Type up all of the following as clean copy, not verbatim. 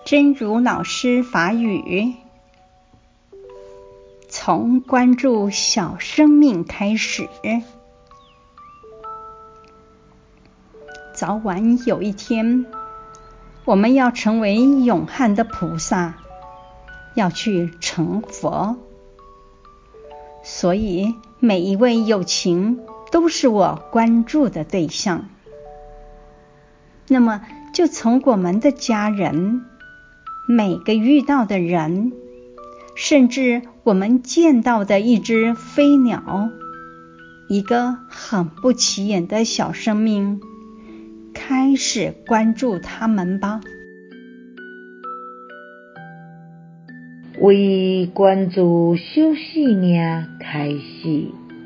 真如老师法语，从关注小生命开始。早晚有一天，我们要成为永汉的菩萨，要去成佛。所以每一位有情都是我关注的对象。那么就从我们的家人，每个遇到的人，甚至我们见到的一只飞鸟，一个很不起眼的小生命，开始关注他们吧。 为关注小生命开始。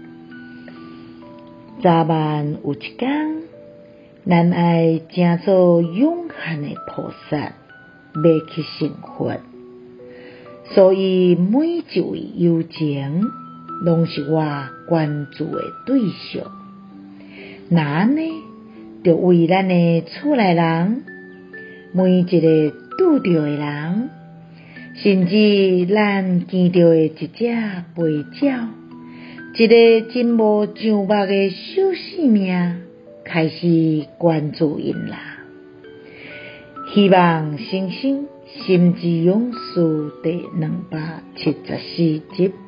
早晚有一天，咱要成做永汉的菩萨，要去成佛。所以每一位有情，拢是我关注的对象。那呢，就为咱的厝内人，每一个拄到的人，甚至咱见到的一只飞鸟，一个真无上目的小生命，开始关注因啦。希望新生心之勇士第274集。